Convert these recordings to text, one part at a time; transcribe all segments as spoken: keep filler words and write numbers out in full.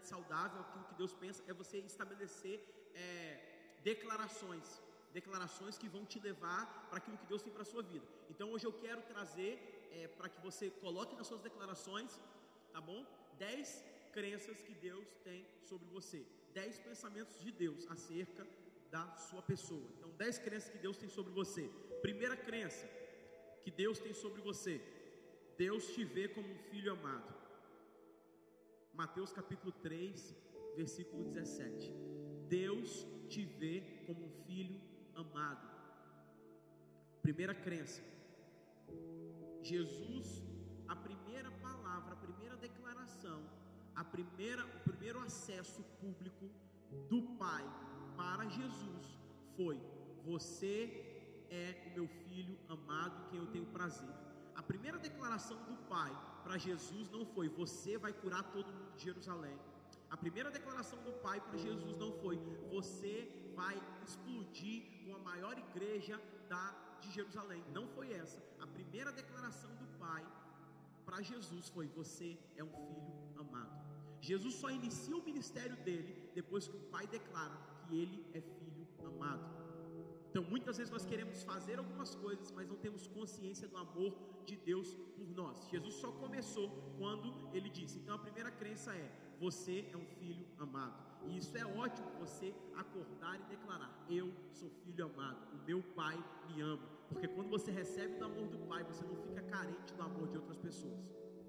mentalidade saudável, aquilo que Deus pensa, é você estabelecer é, declarações, declarações que vão te levar para aquilo que Deus tem para a sua vida. Então hoje eu quero trazer é, para que você coloque nas suas declarações, tá bom? Dez crenças que Deus tem sobre você, dez pensamentos de Deus acerca da sua pessoa. Então dez crenças que Deus tem sobre você. Primeira crença que Deus tem sobre você: Deus te vê como um filho amado. Mateus capítulo três, versículo dezessete. Deus te vê como um filho amado. Primeira crença. Jesus, a primeira palavra, a primeira declaração, a primeira, o primeiro acesso público do Pai para Jesus foi: você é o meu filho amado, em quem eu tenho prazer. A primeira declaração do Pai para Jesus não foi: você vai curar todo mundo de Jerusalém. A primeira declaração do Pai para Jesus não foi: você vai explodir com a maior igreja da, de Jerusalém. Não foi essa. A primeira declaração do Pai para Jesus foi: você é um filho amado. Jesus só inicia o ministério dele depois que o Pai declara que ele é filho amado. Então muitas vezes nós queremos fazer algumas coisas, mas não temos consciência do amor de Deus por nós. Jesus só começou quando ele disse. Então a primeira crença é: você é um filho amado. E isso é ótimo, você acordar e declarar: eu sou filho amado, o meu Pai me ama. Porque quando você recebe o amor do Pai, você não fica carente do amor de outras pessoas.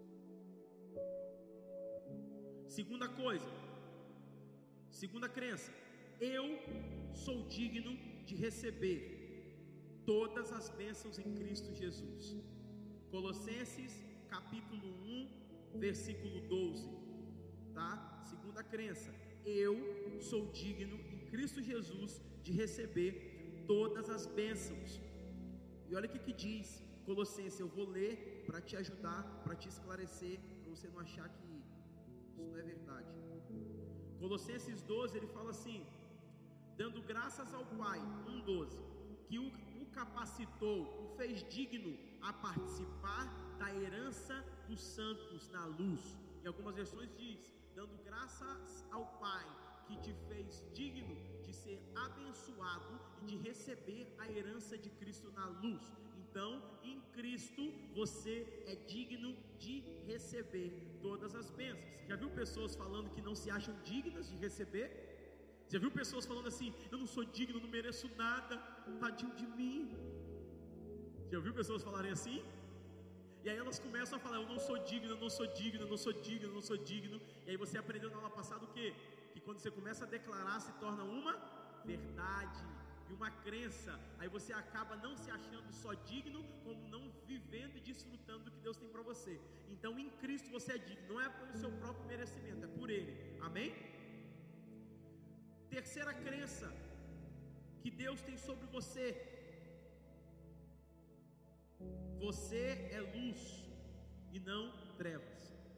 Segunda coisa, segunda crença: eu sou digno de receber todas as bênçãos em Cristo Jesus. Colossenses capítulo um, versículo doze, tá? Segunda crença: eu sou digno em Cristo Jesus de receber todas as bênçãos. E olha o que que diz Colossenses, eu vou ler para te ajudar, para te esclarecer, para você não achar que isso não é verdade. Colossenses doze, ele fala assim: dando graças ao Pai, um doze, que o, o capacitou, o fez digno a participar da herança dos santos na luz. Em algumas versões diz: dando graças ao Pai que te fez digno de ser abençoado e de receber a herança de Cristo na luz. Então, em Cristo, você é digno de receber todas as bênçãos. Já viu pessoas falando que não se acham dignas de receber? Já viu pessoas falando assim: eu não sou digno, não mereço nada, tadinho de mim? Já viu pessoas falarem assim? E aí elas começam a falar: eu não sou digno, eu não sou digno, eu não sou digno, eu não sou digno. E aí você aprendeu na aula passada o quê? Que quando você começa a declarar, se torna uma verdade e uma crença. Aí você acaba não se achando só digno, como não vivendo e desfrutando do que Deus tem para você. Então em Cristo você é digno, não é pelo seu próprio merecimento, é por Ele. Amém? Terceira crença que Deus tem sobre você: você é luz e não trevas.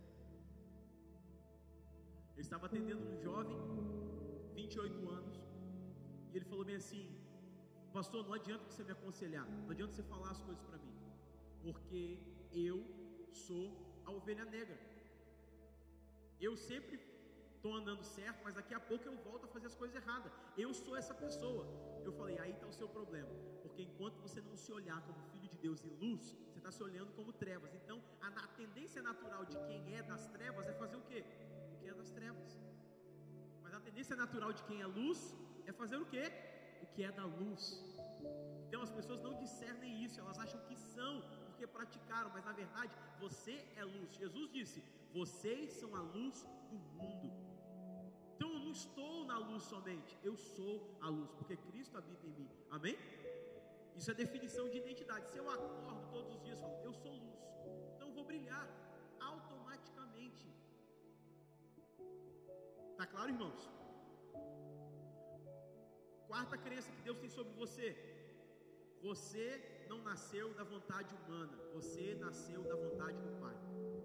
Eu estava atendendo um jovem, vinte e oito anos, e ele falou bem assim: pastor, não adianta você me aconselhar, não adianta você falar as coisas para mim, porque eu sou a ovelha negra. Eu sempre estou andando certo, mas daqui a pouco eu volto a fazer as coisas erradas. Eu sou essa pessoa. Eu falei: aí está o seu problema, porque enquanto você não se olhar como filho de Deus e luz, você está se olhando como trevas. Então a, a tendência natural de quem é das trevas é fazer o quê? O que é das trevas. Mas a tendência natural de quem é luz é fazer o quê? O que é da luz. Então as pessoas não discernem isso, elas acham que são porque praticaram, mas na verdade você é luz. Jesus disse: vocês são a luz do mundo. Então eu não estou na luz somente, eu sou a luz, porque Cristo habita em mim. Amém? Isso é definição de identidade. Se eu acordo todos os dias e falo: eu sou luz, então eu vou brilhar automaticamente. Tá claro, irmãos? Quarta crença que Deus tem sobre você: você não nasceu da vontade humana, você nasceu da vontade do Pai.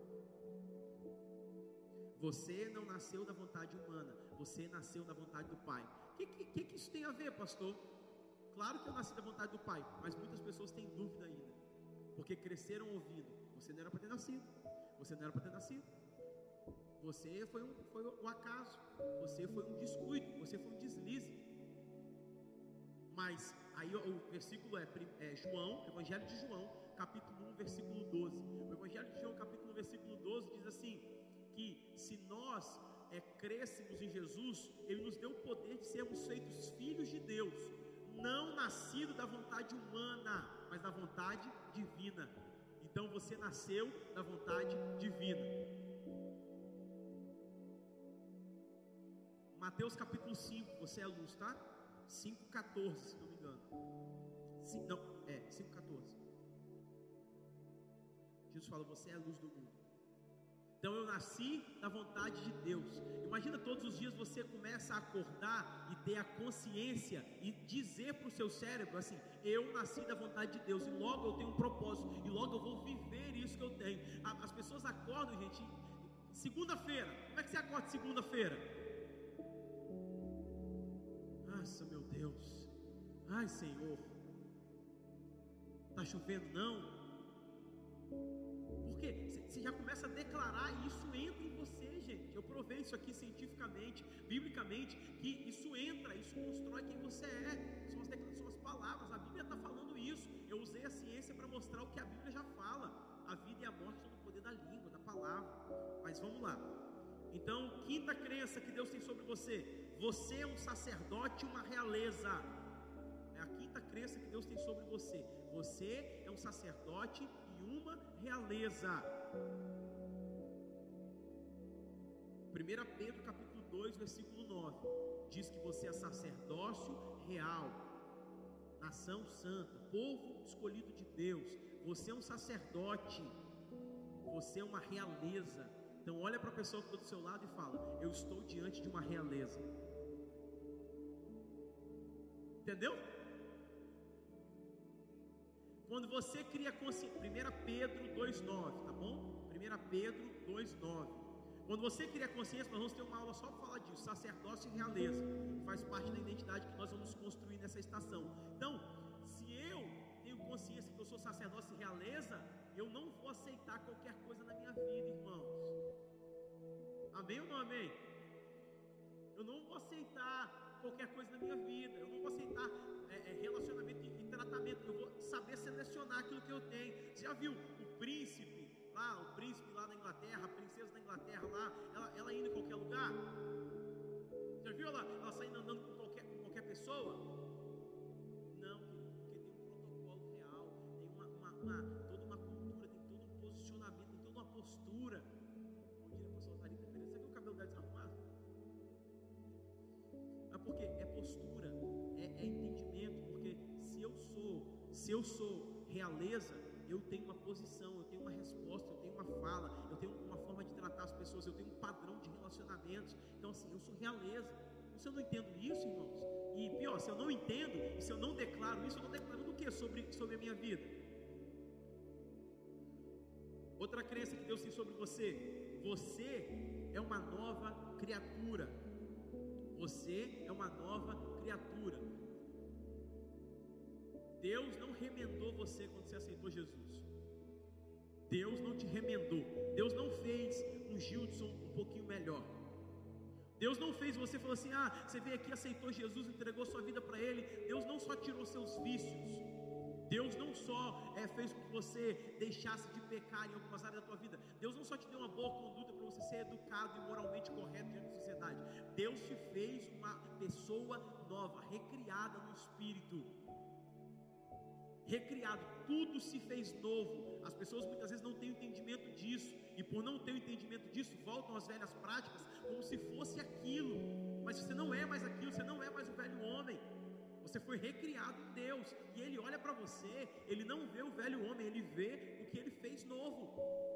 Você não nasceu da vontade humana, você nasceu da vontade do Pai. O que, que, que isso tem a ver, pastor? Claro que eu nasci da vontade do Pai, mas muitas pessoas têm dúvida ainda, porque cresceram ouvindo: você não era para ter nascido, você não era para ter nascido. Você foi um, foi um acaso, você foi um descuido, você foi um deslize. Mas aí o versículo é, é João, Evangelho de João, capítulo um, versículo doze. O Evangelho de João, capítulo um, versículo doze diz assim: que se nós é, crescemos em Jesus, Ele nos deu o poder de sermos feitos filhos de Deus, não nascido da vontade humana, mas da vontade divina. Então você nasceu da vontade divina. Mateus capítulo cinco, você é luz, tá? cinco, catorze, se não me engano. Sim, não, é, cinco, catorze. Jesus fala: você é a luz do mundo. Então eu nasci da vontade de Deus. Imagina todos os dias você começa a acordar e ter a consciência e dizer para o seu cérebro assim: eu nasci da vontade de Deus e logo eu tenho um propósito e logo eu vou viver isso que eu tenho. As pessoas acordam, gente, segunda-feira. Como é que você acorda segunda-feira? Nossa, meu Deus, ai Senhor, está chovendo não? Porque você já começa a declarar e isso entra em você, gente. Eu provei isso aqui cientificamente, biblicamente, que isso entra, isso constrói quem você é. São as, são as palavras, a Bíblia está falando isso. Eu usei a ciência para mostrar o que a Bíblia já fala. A vida e a morte estão no poder da língua, da palavra. Mas vamos lá. Então, quinta crença que Deus tem sobre você: você é um sacerdote e uma realeza. É a quinta crença que Deus tem sobre você. Você é um sacerdote e uma realeza. primeira Pedro capítulo dois, versículo nove diz que você é sacerdócio real, nação santa, povo escolhido de Deus. Você é um sacerdote, você é uma realeza. Então olha para a pessoa que está do seu lado e fala: eu estou diante de uma realeza. Entendeu? Quando você cria consciência, primeira Pedro dois, nove, tá bom? primeira Pedro dois, nove. Quando você cria consciência, nós vamos ter uma aula só para falar disso, sacerdócio e realeza, faz parte da identidade que nós vamos construir nessa estação. Então, se eu tenho consciência que eu sou sacerdócio e realeza, eu não vou aceitar qualquer coisa na minha vida, irmãos. Amém ou não amém? Eu não vou aceitar qualquer coisa na minha vida. Eu não vou aceitar é, é, relacionamento e, e tratamento. Eu vou saber selecionar aquilo que eu tenho. Você já viu o príncipe lá, o príncipe lá da Inglaterra, a princesa da Inglaterra lá, ela, ela indo em qualquer lugar? Você já viu ela, ela saindo andando com qualquer, com qualquer pessoa? Não, querido, porque tem um protocolo real, tem uma, uma, uma, toda uma cultura, tem todo um posicionamento, tem toda uma postura. Bom dia, pastor Tarita Pereira. Você viu o cabelo dela desarrumado? Mas porque é postura, é, é entendimento. Porque se eu sou, se eu sou realeza, eu tenho uma posição, eu tenho uma resposta, eu tenho uma fala, eu tenho uma forma de tratar as pessoas, eu tenho um padrão de relacionamentos. Então assim, eu sou realeza. Se eu não entendo isso, irmãos, e pior, se eu não entendo, e se eu não declaro isso, eu estou declarando o que sobre, sobre a minha vida? Outra crença que Deus tem sobre você: você é uma nova criatura. Você é uma nova criatura. Deus não remendou você quando você aceitou Jesus. Deus não te remendou. Deus não fez um Gildson um pouquinho melhor. Deus não fez você falou assim: ah, você veio aqui, aceitou Jesus, entregou sua vida para Ele. Deus não só tirou seus vícios. Deus não só é, fez com que você deixasse de pecar em algumas áreas da tua vida. Deus não só te deu uma boa conduta para você ser educado e moralmente correto diante da sociedade. Deus te fez uma pessoa nova, recriada no Espírito. Recriado, tudo se fez novo. As pessoas muitas vezes não têm entendimento disso, e por não ter o entendimento disso, voltam às velhas práticas como se fosse aquilo. Mas você não é mais aquilo, você não é mais o velho homem. Você foi recriado em Deus, e Ele olha para você, Ele não vê o velho homem, Ele vê o que Ele fez novo.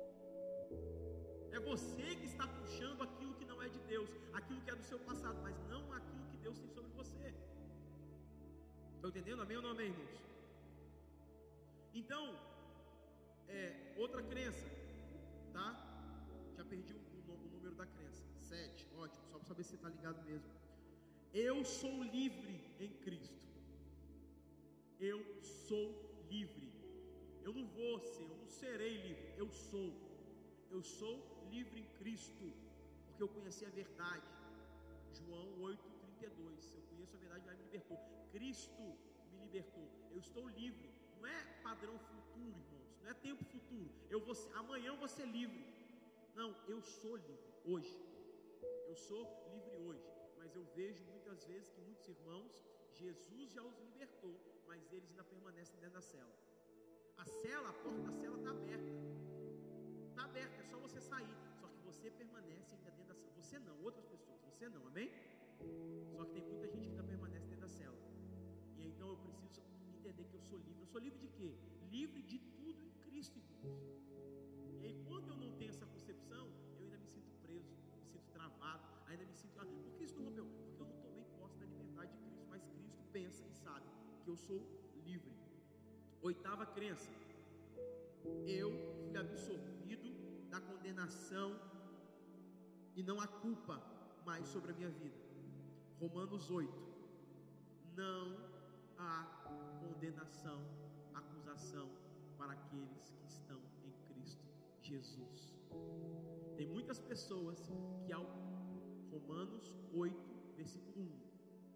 É você que está puxando aquilo que não é de Deus, aquilo que é do seu passado, mas não aquilo que Deus tem sobre você. Estão entendendo? Amém ou não amém, irmãos? Então, é, outra crença, tá? Já perdi o, o, o número da crença. Sete, ótimo, só para saber se você está ligado mesmo. Eu sou livre em Cristo. Eu sou livre. Eu não vou ser, eu não serei livre. Eu sou. Eu sou livre em Cristo. porque eu conheci a verdade. João oito, trinta e dois. Eu conheço a verdade, ela me libertou. Cristo me libertou. Eu estou livre. Não é padrão futuro, irmãos. Não é tempo futuro. Eu vou ser, amanhã eu vou ser livre. Não, eu sou livre hoje. Eu sou livre hoje. Mas eu vejo muitas vezes que muitos irmãos, Jesus já os libertou, mas eles ainda permanecem dentro da cela. A cela, a porta da cela está aberta. Está aberta, é só você sair. Só que você permanece ainda dentro da cela. Você não, outras pessoas. Você não, amém? Só que tem muita gente que ainda permanece dentro da cela. E então eu preciso entender que eu sou livre. Eu sou livre de quê? Livre de tudo em Cristo, irmãos. E aí quando eu não tenho essa concepção, eu ainda me sinto preso, me sinto travado, ainda me sinto... Ah, por que isso não rompeu? Porque eu não tomei posse da liberdade de Cristo. Mas Cristo pensa e sabe que eu sou livre. Oitava crença: eu fui absolvido da condenação e não há culpa mais sobre a minha vida. Romanos oito: não há condenação, acusação para aqueles que estão em Cristo Jesus. Tem muitas pessoas que ao Romanos oito, versículo um,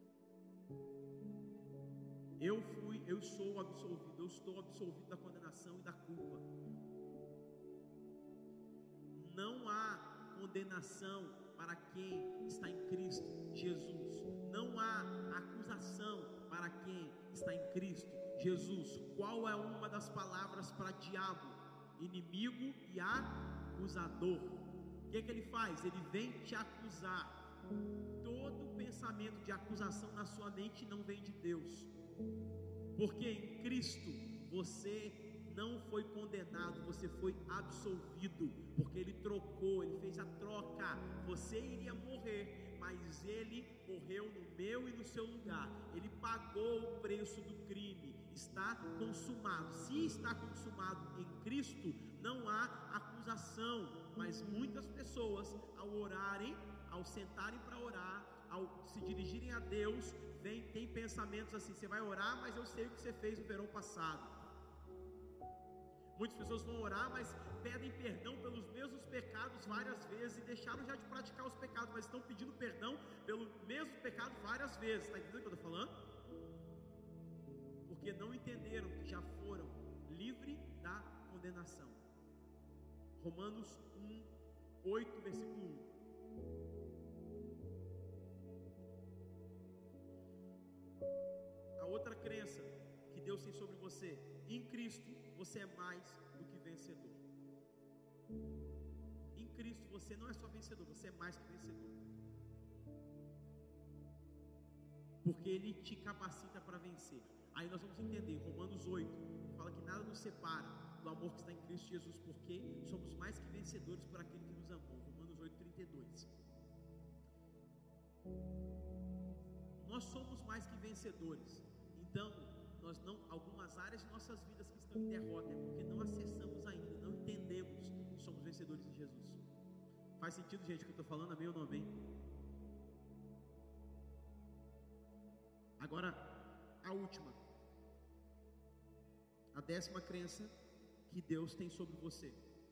eu fui, eu sou absolvido, eu estou absolvido da condenação e da culpa. Não há condenação para quem está em Cristo Jesus. Não há acusação para quem está em Cristo Jesus. Qual é uma das palavras para diabo? Inimigo e acusador. O que é que ele faz? Ele vem te acusar. Todo pensamento de acusação na sua mente não vem de Deus. Porque em Cristo você não foi condenado, você foi absolvido, porque Ele trocou, Ele fez a troca. Você iria morrer, mas Ele morreu no meu e no seu lugar. Ele pagou o preço do crime. Está consumado. Se está consumado em Cristo, não há acusação. Mas muitas pessoas, ao orarem, ao sentarem para orar, ao se dirigirem a Deus, vem, tem pensamentos assim: você vai orar, mas eu sei o que você fez no verão passado. Muitas pessoas vão orar, mas pedem perdão pelos mesmos pecados várias vezes e deixaram já de praticar os pecados, mas estão pedindo perdão pelo mesmo pecado várias vezes. Está entendendo o que eu estou falando? Porque não entenderam que já foram livres da condenação. Romanos um, oito, versículo um. A outra crença que Deus tem sobre você: em Cristo você é mais do que vencedor. Em Cristo você não é só vencedor, você é mais que vencedor. Porque Ele te capacita para vencer. Aí nós vamos entender, Romanos oito fala que nada nos separa do amor que está em Cristo Jesus, porque somos mais que vencedores por aquele que nos amou. Romanos oito, trinta e dois. Nós somos mais que vencedores. Então, nós não, algumas áreas de nossas vidas que estão em derrota é porque não acessamos ainda, não entendemos que somos vencedores em Jesus. Faz sentido, gente, o que eu estou falando? Amém ou não amém? Agora, a última, a décima crença que Deus tem sobre você: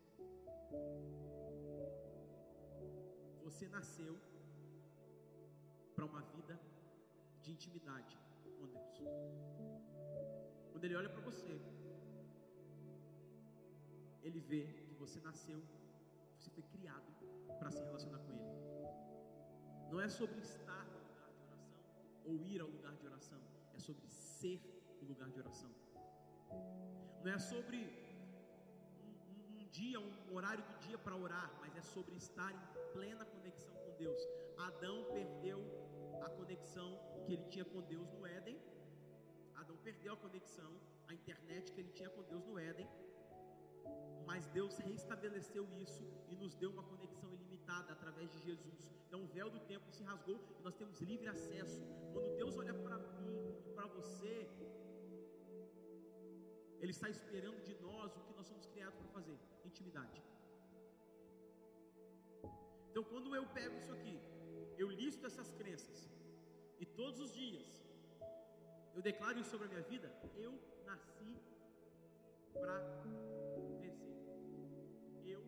você nasceu para uma vida de intimidade com Deus. Quando Ele olha para você, Ele vê que você nasceu, você foi criado para se relacionar com Ele. Não é sobre estar no lugar de oração ou ir ao lugar de oração, é sobre ser o lugar de oração. Não é sobre um, um, um dia, um horário do dia para orar, mas é sobre estar em plena conexão com Deus. Adão perdeu a conexão que ele tinha com Deus no Éden. Adão perdeu a conexão, a internet que ele tinha com Deus no Éden, mas Deus restabeleceu isso e nos deu uma conexão ilimitada através de Jesus. Então o véu do templo se rasgou e nós temos livre acesso. Quando Deus olha para mim e para você, Ele está esperando de nós o que nós somos criados para fazer: intimidade. Então quando eu pego isso aqui, eu listo essas crenças, e todos os dias eu declaro isso sobre a minha vida: eu nasci para vencer. Eu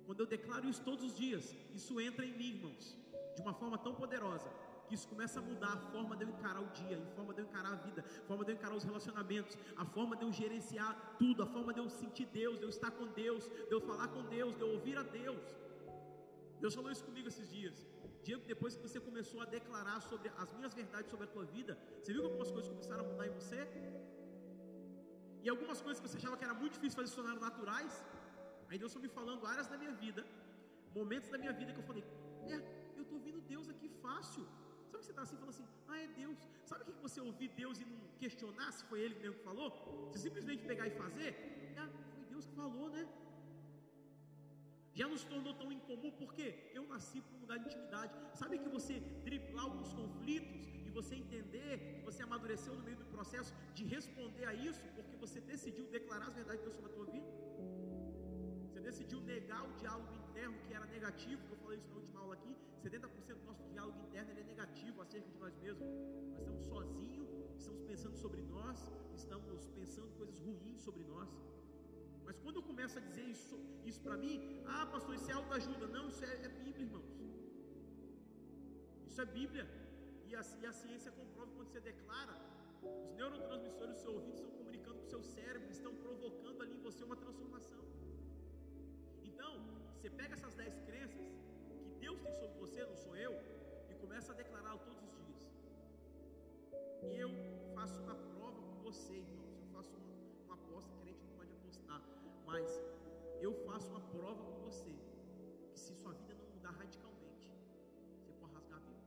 Quando eu declaro isso todos os dias, isso entra em mim, irmãos, de uma forma tão poderosa, que isso começa a mudar a forma de eu encarar o dia, a forma de eu encarar a vida, a forma de eu encarar os relacionamentos, a forma de eu gerenciar tudo, a forma de eu sentir Deus, de eu estar com Deus, de eu falar com Deus, de eu ouvir a Deus. Deus falou isso comigo esses dias. Diego, depois que você começou a declarar sobre as minhas verdades sobre a tua vida, você viu que algumas coisas começaram a mudar em você? E algumas coisas que você achava que era muito difícil fazer se tornaram naturais. Aí Deus foi me falando áreas da minha vida, momentos da minha vida que eu falei, é, eu estou ouvindo Deus aqui fácil. Sabe que você está assim, falando assim, ah, é Deus. Sabe o que você ouvir Deus e não questionar se foi Ele mesmo que falou? Você simplesmente pegar e fazer, é, foi Deus que falou, né? Já nos tornou tão incomum, porque eu nasci para um lugar de intimidade. Sabe que você driblar alguns conflitos e você entender, que você amadureceu no meio do processo de responder a isso, porque você decidiu declarar as verdades de Deus sobre a tua vida? Você decidiu negar o diálogo interno que era negativo, que eu falei isso na última aula aqui. Setenta por cento do nosso diálogo interno ele é negativo acerca de nós mesmos. Nós estamos sozinhos, estamos pensando sobre nós, estamos pensando coisas ruins sobre nós. Mas quando eu começo a dizer isso, isso para mim, ah, pastor, isso é autoajuda. Não, isso é, é Bíblia, irmãos. Isso é Bíblia. E a, e a ciência comprova que quando você declara, os neurotransmissores do seu ouvido estão comunicando com o seu cérebro, estão provocando ali em você uma transformação. Então, você pega essas dez crenças que Deus tem sobre você, não sou eu, e começa a declará-lo todos os dias. Eu faço uma prova com você, irmãos. Eu faço uma, uma aposta, crente não pode apostar, mas eu faço uma prova com você, que se sua vida não mudar radicalmente, você pode rasgar a Bíblia.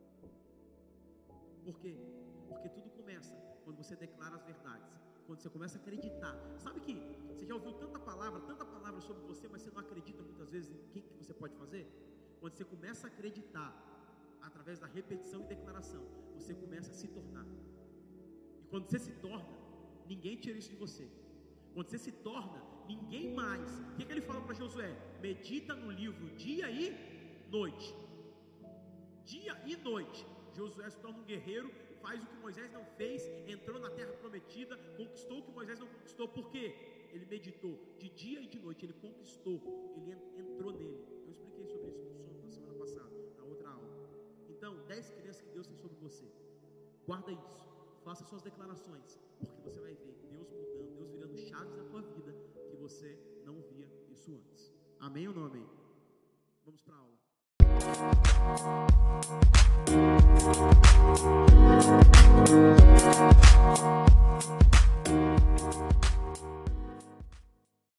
Por quê? Porque tudo começa quando você declara as verdades, quando você começa a acreditar. Sabe que você já ouviu tanta palavra, tanta palavra sobre você, mas você não acredita muitas vezes em quem que você pode fazer? Quando você começa a acreditar, através da repetição e declaração, você começa a se tornar. E quando você se torna, ninguém tira isso de você. Quando você se torna, ninguém mais. O que, que ele fala para Josué? Medita no livro dia e noite. Dia e noite. Josué se torna um guerreiro, faz o que Moisés não fez, entrou na terra prometida, conquistou o que Moisés não conquistou. Por quê? Ele meditou de dia e de noite, ele conquistou, ele entrou nele. Eu expliquei sobre isso no sono na semana passada, na outra aula. Então, dez crenças que Deus tem sobre você. Guarda isso, faça suas declarações, porque você vai ver Deus mudando, Deus virando chaves na tua vida, que você não via isso antes. Amém ou não amém? Vamos para a aula. Thank you.